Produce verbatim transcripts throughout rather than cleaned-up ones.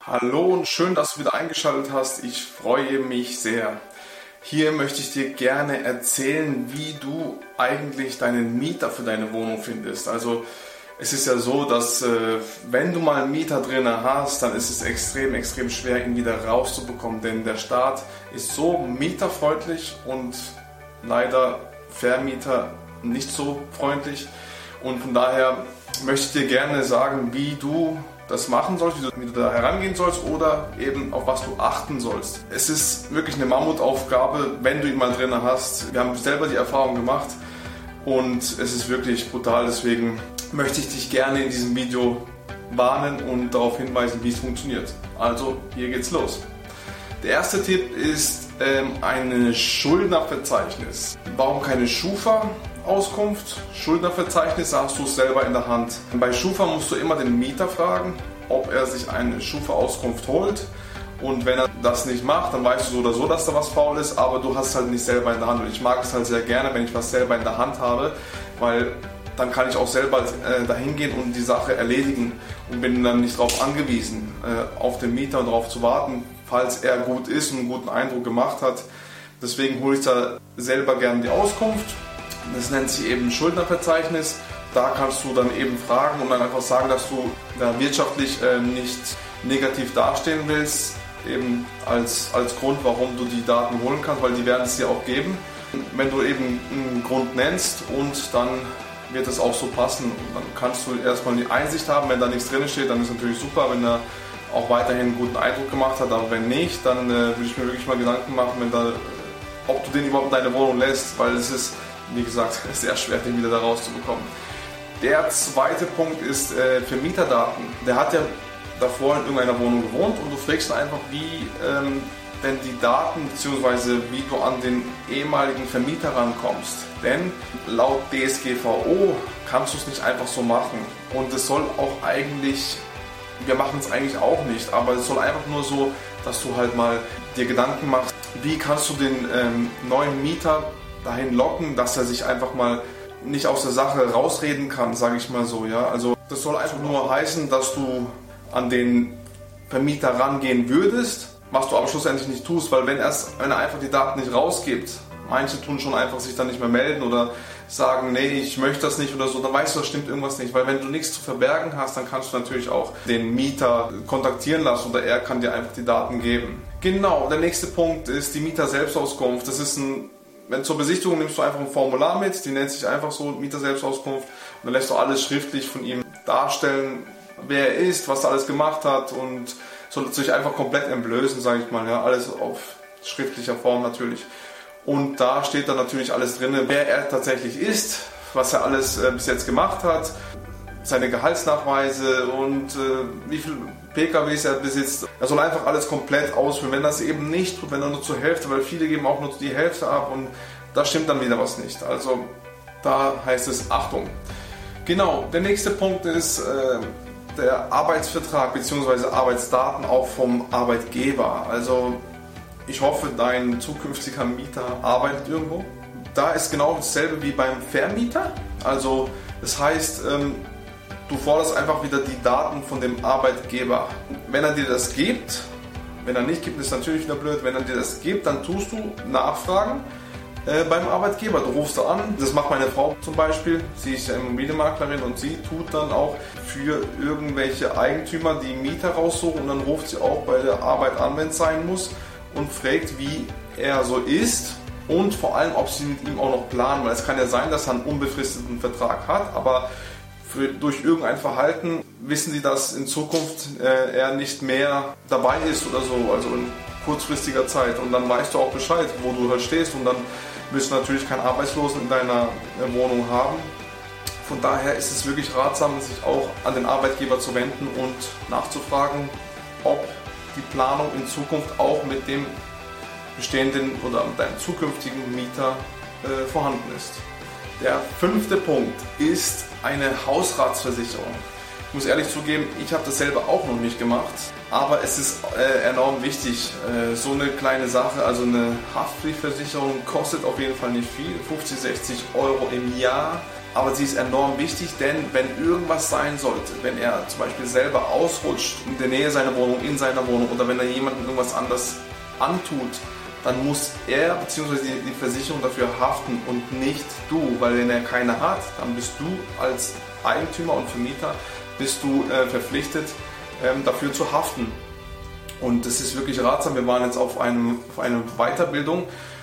Hallo und schön, dass du wieder eingeschaltet hast. Ich freue mich sehr. Hier möchte ich dir gerne erzählen, wie du eigentlich deinen Mieter für deine Wohnung findest. Also es ist ja so, dass äh, wenn du mal einen Mieter drin hast, dann ist es extrem, extrem schwer, ihn wieder rauszubekommen. Denn der Staat ist so mieterfreundlich und leider Vermieter nicht so freundlich. Und von daher möchte ich dir gerne sagen, wie du das machen sollst, wie du, wie du da herangehen sollst oder eben auf was du achten sollst. Es ist wirklich eine Mammutaufgabe, wenn du ihn mal drin hast. Wir haben selber die Erfahrung gemacht und es ist wirklich brutal. Deswegen möchte ich dich gerne in diesem Video warnen und darauf hinweisen, wie es funktioniert. Also, hier geht's los. Der erste Tipp ist ähm, ein Schuldnerverzeichnis. Warum keine Schufa? Auskunft, Schuldnerverzeichnis, hast du es selber in der Hand. Bei Schufa musst du immer den Mieter fragen, ob er sich eine Schufa-Auskunft holt. Und wenn er das nicht macht, dann weißt du so oder so, dass da was faul ist, aber du hast es halt nicht selber in der Hand. Und ich mag es halt sehr gerne, wenn ich was selber in der Hand habe, weil dann kann ich auch selber äh, dahin gehen und die Sache erledigen und bin dann nicht darauf angewiesen, äh, auf den Mieter und darauf zu warten, falls er gut ist und einen guten Eindruck gemacht hat. Deswegen hole ich da selber gerne die Auskunft. Das nennt sich eben Schuldnerverzeichnis. Da kannst du dann eben fragen und dann einfach sagen, dass du ja, wirtschaftlich äh, nicht negativ dastehen willst, eben als, als Grund, warum du die Daten holen kannst, weil die werden es dir auch geben. Wenn du eben einen Grund nennst und dann wird es auch so passen. Und dann kannst du erstmal die Einsicht haben, wenn da nichts drin steht, dann ist natürlich super, wenn er auch weiterhin einen guten Eindruck gemacht hat, aber wenn nicht, dann äh, würde ich mir wirklich mal Gedanken machen, wenn da, ob du den überhaupt in deine Wohnung lässt, weil es ist, wie gesagt, sehr schwer, den wieder da rauszubekommen. Der zweite Punkt ist äh, für Mieterdaten. Der hat ja davor in irgendeiner Wohnung gewohnt und du fragst ihn einfach, wie ähm, denn die Daten bzw. wie du an den ehemaligen Vermieter rankommst. Denn laut D S G V O kannst du es nicht einfach so machen. Und es soll auch eigentlich, wir machen es eigentlich auch nicht, aber es soll einfach nur so, dass du halt mal dir Gedanken machst, wie kannst du den ähm, neuen Mieter dahin locken, dass er sich einfach mal nicht aus der Sache rausreden kann, sage ich mal so. Ja? Also das soll einfach nur heißen, dass du an den Vermieter rangehen würdest, was du aber schlussendlich nicht tust, weil wenn, erst, wenn er einfach die Daten nicht rausgibt, manche tun schon einfach sich dann nicht mehr melden oder sagen, nee, ich möchte das nicht oder so, dann weißt du, da stimmt irgendwas nicht, weil wenn du nichts zu verbergen hast, dann kannst du natürlich auch den Mieter kontaktieren lassen oder er kann dir einfach die Daten geben. Genau, der nächste Punkt ist die Mieter-Selbstauskunft. Das ist ein Wenn zur Besichtigung nimmst du einfach ein Formular mit, die nennt sich einfach so Mieter-Selbstauskunft und dann lässt du alles schriftlich von ihm darstellen, wer er ist, was er alles gemacht hat und soll sich einfach komplett entblößen, sage ich mal, ja, alles auf schriftlicher Form natürlich. Und da steht dann natürlich alles drin, wer er tatsächlich ist, was er alles äh, bis jetzt gemacht hat, seine Gehaltsnachweise und äh, wie viel P K Ws er besitzt. Er soll einfach alles komplett ausfüllen. Wenn das eben nicht tut, wenn er nur zur Hälfte, weil viele geben auch nur die Hälfte ab und da stimmt dann wieder was nicht. Also da heißt es Achtung. Genau, der nächste Punkt ist äh, der Arbeitsvertrag bzw. Arbeitsdaten auch vom Arbeitgeber. Also ich hoffe, dein zukünftiger Mieter arbeitet irgendwo. Da ist genau dasselbe wie beim Vermieter. Also das heißt, ähm, du forderst einfach wieder die Daten von dem Arbeitgeber. Wenn er dir das gibt, wenn er nicht gibt, ist natürlich wieder blöd. Wenn er dir das gibt, dann tust du Nachfragen äh, beim Arbeitgeber. Du rufst an, das macht meine Frau zum Beispiel. Sie ist ja Immobilienmaklerin und sie tut dann auch für irgendwelche Eigentümer die Mieter raussuchen und dann ruft sie auch bei der Arbeit an, wenn es sein muss und fragt, wie er so ist. Und vor allem, ob sie mit ihm auch noch planen, weil es kann ja sein, dass er einen unbefristeten Vertrag hat, aber für, durch irgendein Verhalten wissen sie, dass in Zukunft äh, er nicht mehr dabei ist oder so, also in kurzfristiger Zeit. Und dann weißt du auch Bescheid, wo du halt stehst und dann willst du natürlich keinen Arbeitslosen in deiner äh, Wohnung haben. Von daher ist es wirklich ratsam, sich auch an den Arbeitgeber zu wenden und nachzufragen, ob die Planung in Zukunft auch mit dem bestehenden oder mit deinem zukünftigen Mieter äh, vorhanden ist. Der fünfte Punkt ist eine Hausratsversicherung. Ich muss ehrlich zugeben, ich habe das selber auch noch nicht gemacht, aber es ist äh, enorm wichtig. Äh, so eine kleine Sache, also eine Haftpflichtversicherung kostet auf jeden Fall nicht viel, fünfzig, sechzig Euro im Jahr. aber sie ist enorm wichtig, denn wenn irgendwas sein sollte, wenn er zum Beispiel selber ausrutscht in der Nähe seiner Wohnung, in seiner Wohnung oder wenn er jemandem irgendwas anderes antut, dann muss er bzw. die, die Versicherung dafür haften und nicht du, weil wenn er keine hat, dann bist du als Eigentümer und Vermieter bist du äh, verpflichtet, ähm, dafür zu haften. Und das ist wirklich ratsam. Wir waren jetzt auf, einem, auf einer Weiterbildung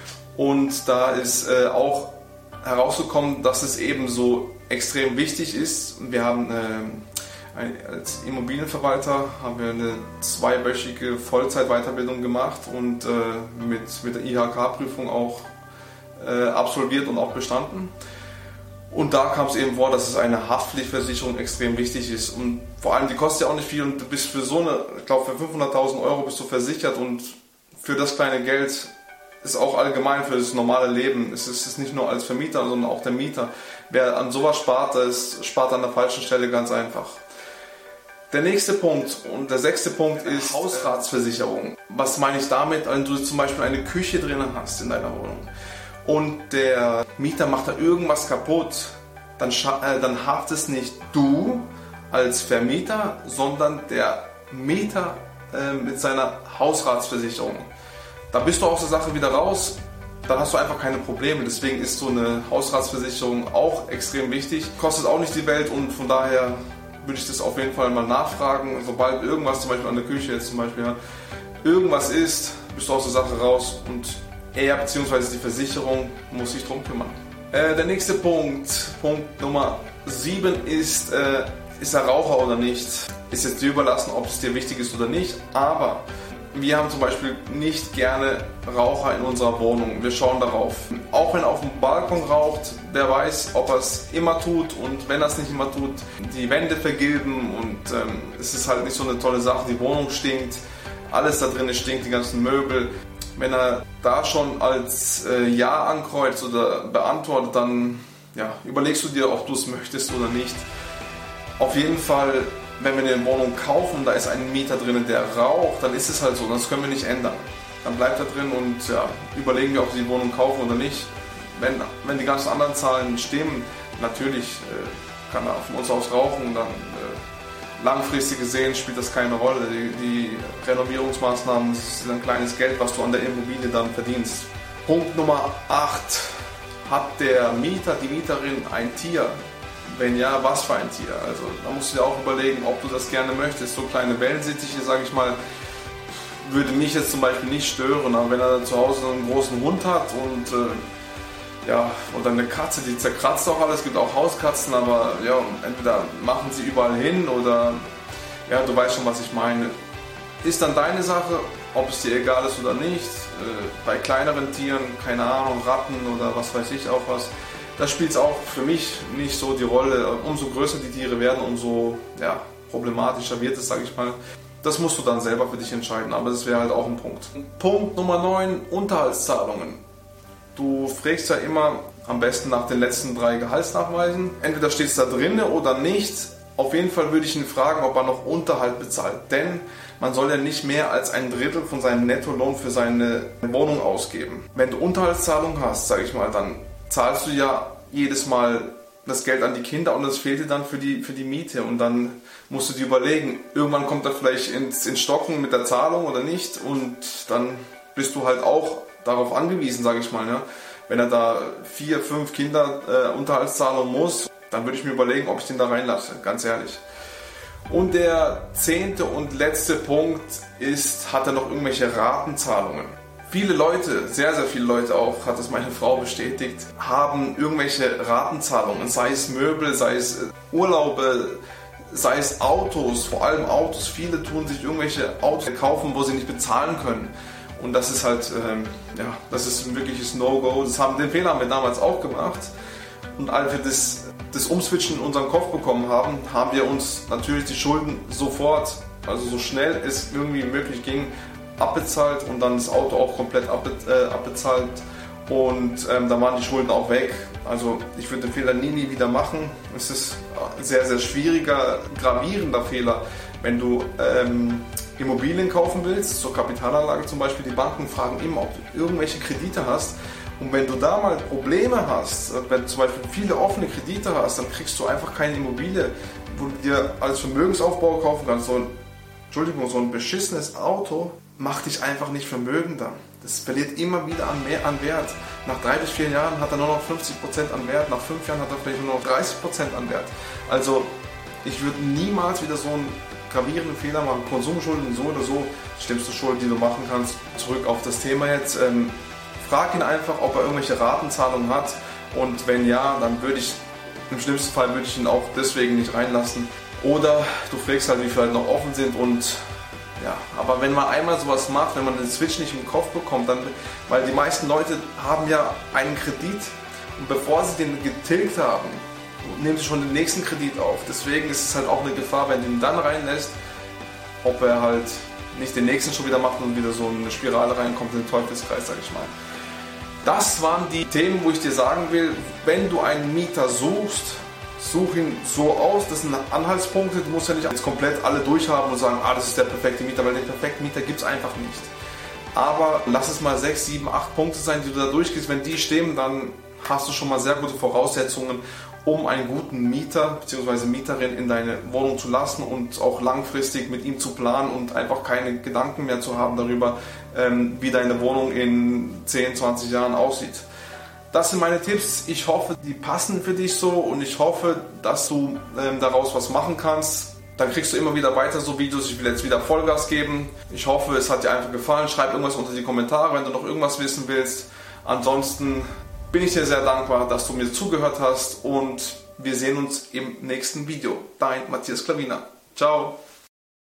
und da ist äh, auch herausgekommen, dass es eben so extrem wichtig ist. Wir haben äh, ein, als Immobilienverwalter haben wir eine zweiwöchige Vollzeit-Weiterbildung gemacht und äh, mit, mit der I H K-Prüfung auch äh, absolviert und auch bestanden. Und da kam es eben vor, dass es eine Haftpflichtversicherung extrem wichtig ist. Und vor allem, die kostet ja auch nicht viel und du bist für so eine, ich glaube für fünfhunderttausend Euro bist du versichert und für das kleine Geld ist auch allgemein für das normale Leben. Es ist nicht nur als Vermieter, sondern auch der Mieter. Wer an sowas spart, der ist, spart an der falschen Stelle ganz einfach. Der nächste Punkt und der sechste Punkt ist Hausratsversicherung. Was meine ich damit? Wenn du zum Beispiel eine Küche drin hast in deiner Wohnung und der Mieter macht da irgendwas kaputt, dann, äh, dann haftest nicht du als Vermieter, sondern der Mieter äh, mit seiner Hausratsversicherung. Da bist du aus der Sache wieder raus, dann hast du einfach keine Probleme. Deswegen ist so eine Hausratsversicherung auch extrem wichtig. Kostet auch nicht die Welt und von daher würde ich das auf jeden Fall mal nachfragen. Sobald irgendwas, zum Beispiel an der Küche jetzt zum Beispiel, irgendwas ist, bist du aus der Sache raus und er bzw. die Versicherung muss sich drum kümmern. Äh, der nächste Punkt, Punkt Nummer sieben ist, äh, ist er Raucher oder nicht? Ist jetzt dir überlassen, ob es dir wichtig ist oder nicht, aber wir haben zum Beispiel nicht gerne Raucher in unserer Wohnung. Wir schauen darauf. Auch wenn er auf dem Balkon raucht, der weiß, ob er es immer tut und wenn er es nicht immer tut, die Wände vergilben und ähm, es ist halt nicht so eine tolle Sache. Die Wohnung stinkt, alles da drin stinkt, die ganzen Möbel. Wenn er da schon als äh, Ja ankreuzt oder beantwortet, dann ja, überlegst du dir, ob du es möchtest oder nicht. Auf jeden Fall, wenn wir eine Wohnung kaufen, da ist ein Mieter drin, der raucht, dann ist es halt so, das können wir nicht ändern. Dann bleibt er drin und ja, überlegen wir, ob wir die Wohnung kaufen oder nicht. Wenn, wenn die ganzen anderen Zahlen stimmen, natürlich äh, kann er von uns aus rauchen, dann äh, langfristig gesehen spielt das keine Rolle. Die, die Renovierungsmaßnahmen, das ist ein kleines Geld, was du an der Immobilie dann verdienst. Punkt Nummer acht. Hat der Mieter, die Mieterin ein Tier? Wenn ja, was für ein Tier? Also da musst du dir auch überlegen, ob du das gerne möchtest. So kleine Wellensittiche, sage ich mal, würde mich jetzt zum Beispiel nicht stören. Aber wenn er zu Hause einen großen Hund hat und äh, ja, oder eine Katze, die zerkratzt auch alles. Es gibt auch Hauskatzen, aber ja, entweder machen sie überall hin oder ja, du weißt schon, was ich meine. Ist dann deine Sache, ob es dir egal ist oder nicht. Äh, bei kleineren Tieren, keine Ahnung, Ratten oder was weiß ich auch was. Da spielt es auch für mich nicht so die Rolle. Umso größer die Tiere werden, umso ja, problematischer wird es, sage ich mal. Das musst du dann selber für dich entscheiden, aber das wäre halt auch ein Punkt. Punkt Nummer neun, Unterhaltszahlungen. Du fragst ja immer am besten nach den letzten drei Gehaltsnachweisen. Entweder steht es da drin oder nicht. Auf jeden Fall würde ich ihn fragen, ob er noch Unterhalt bezahlt. Denn man soll ja nicht mehr als ein Drittel von seinem Nettolohn für seine Wohnung ausgeben. Wenn du Unterhaltszahlungen hast, sage ich mal, dann zahlst du ja jedes Mal das Geld an die Kinder und das fehlt dir dann für die, für die Miete und dann musst du dir überlegen, irgendwann kommt er vielleicht ins, ins Stocken mit der Zahlung oder nicht und dann bist du halt auch darauf angewiesen, sage ich mal. Ne? Wenn er da vier, fünf Kinder äh, Unterhaltszahlen muss, dann würde ich mir überlegen, ob ich den da reinlasse, ganz ehrlich. Und der zehnte und letzte Punkt ist, hat er noch irgendwelche Ratenzahlungen? Viele Leute, sehr, sehr viele Leute auch, hat es meine Frau bestätigt, haben irgendwelche Ratenzahlungen, sei es Möbel, sei es Urlaube, sei es Autos, vor allem Autos. Viele tun sich irgendwelche Autos kaufen, wo sie nicht bezahlen können. Und das ist halt, ähm, ja, das ist ein wirkliches No-Go. Das haben, den Fehler haben wir damals auch gemacht. Und als wir das, das Umswitchen in unseren Kopf bekommen haben, haben wir uns natürlich die Schulden sofort, also so schnell es irgendwie möglich ging, abbezahlt und dann das Auto auch komplett abbe äh, abbezahlt und ähm, da waren die Schulden auch weg. Also ich würde den Fehler nie, nie wieder machen. Es ist ein sehr, sehr schwieriger, gravierender Fehler, wenn du ähm, Immobilien kaufen willst, zur Kapitalanlage zum Beispiel, die Banken fragen immer, ob du irgendwelche Kredite hast. Und wenn du da mal Probleme hast, wenn du zum Beispiel viele offene Kredite hast, dann kriegst du einfach keine Immobilie, wo du dir als Vermögensaufbau kaufen kannst. So ein, Entschuldigung, so ein beschissenes Auto macht dich einfach nicht vermögender. Das verliert immer wieder an, mehr, an Wert. Nach drei bis vier Jahren hat er nur noch fünfzig Prozent an Wert, nach fünf Jahren hat er vielleicht nur noch dreißig Prozent an Wert. Also ich würde niemals wieder so einen gravierenden Fehler machen. Konsumschulden, so oder so, die schlimmste Schuld, die du machen kannst. Zurück auf das Thema jetzt. Ähm, frag ihn einfach, ob er irgendwelche Ratenzahlungen hat, und wenn ja, dann würde ich, im schlimmsten Fall würde ich ihn auch deswegen nicht reinlassen. Oder du fragst halt, wie viele halt noch offen sind. Und ja, aber wenn man einmal sowas macht, wenn man den Switch nicht im Kopf bekommt, dann, weil die meisten Leute haben ja einen Kredit und bevor sie den getilgt haben, nehmen sie schon den nächsten Kredit auf. Deswegen ist es halt auch eine Gefahr, wenn du ihn dann reinlässt, ob er halt nicht den nächsten schon wieder macht und wieder so eine Spirale reinkommt in den Teufelskreis, sag ich mal. Das waren die Themen, wo ich dir sagen will, wenn du einen Mieter suchst, such ihn so aus, das sind Anhaltspunkte, du musst ja nicht jetzt komplett alle durchhaben und sagen, ah, das ist der perfekte Mieter, weil den perfekten Mieter gibt es einfach nicht. Aber lass es mal sechs, sieben, acht Punkte sein, die du da durchgehst. Wenn die stimmen, dann hast du schon mal sehr gute Voraussetzungen, um einen guten Mieter bzw. Mieterin in deine Wohnung zu lassen und auch langfristig mit ihm zu planen und einfach keine Gedanken mehr zu haben darüber, wie deine Wohnung in zehn, zwanzig Jahren aussieht. Das sind meine Tipps. Ich hoffe, die passen für dich so, und ich hoffe, dass du ähm, daraus was machen kannst. Dann kriegst du immer wieder weiter so Videos. Ich will jetzt wieder Vollgas geben. Ich hoffe, es hat dir einfach gefallen. Schreib irgendwas unter die Kommentare, wenn du noch irgendwas wissen willst. Ansonsten bin ich dir sehr dankbar, dass du mir zugehört hast, und wir sehen uns im nächsten Video. Dein Matthias Klavina. Ciao.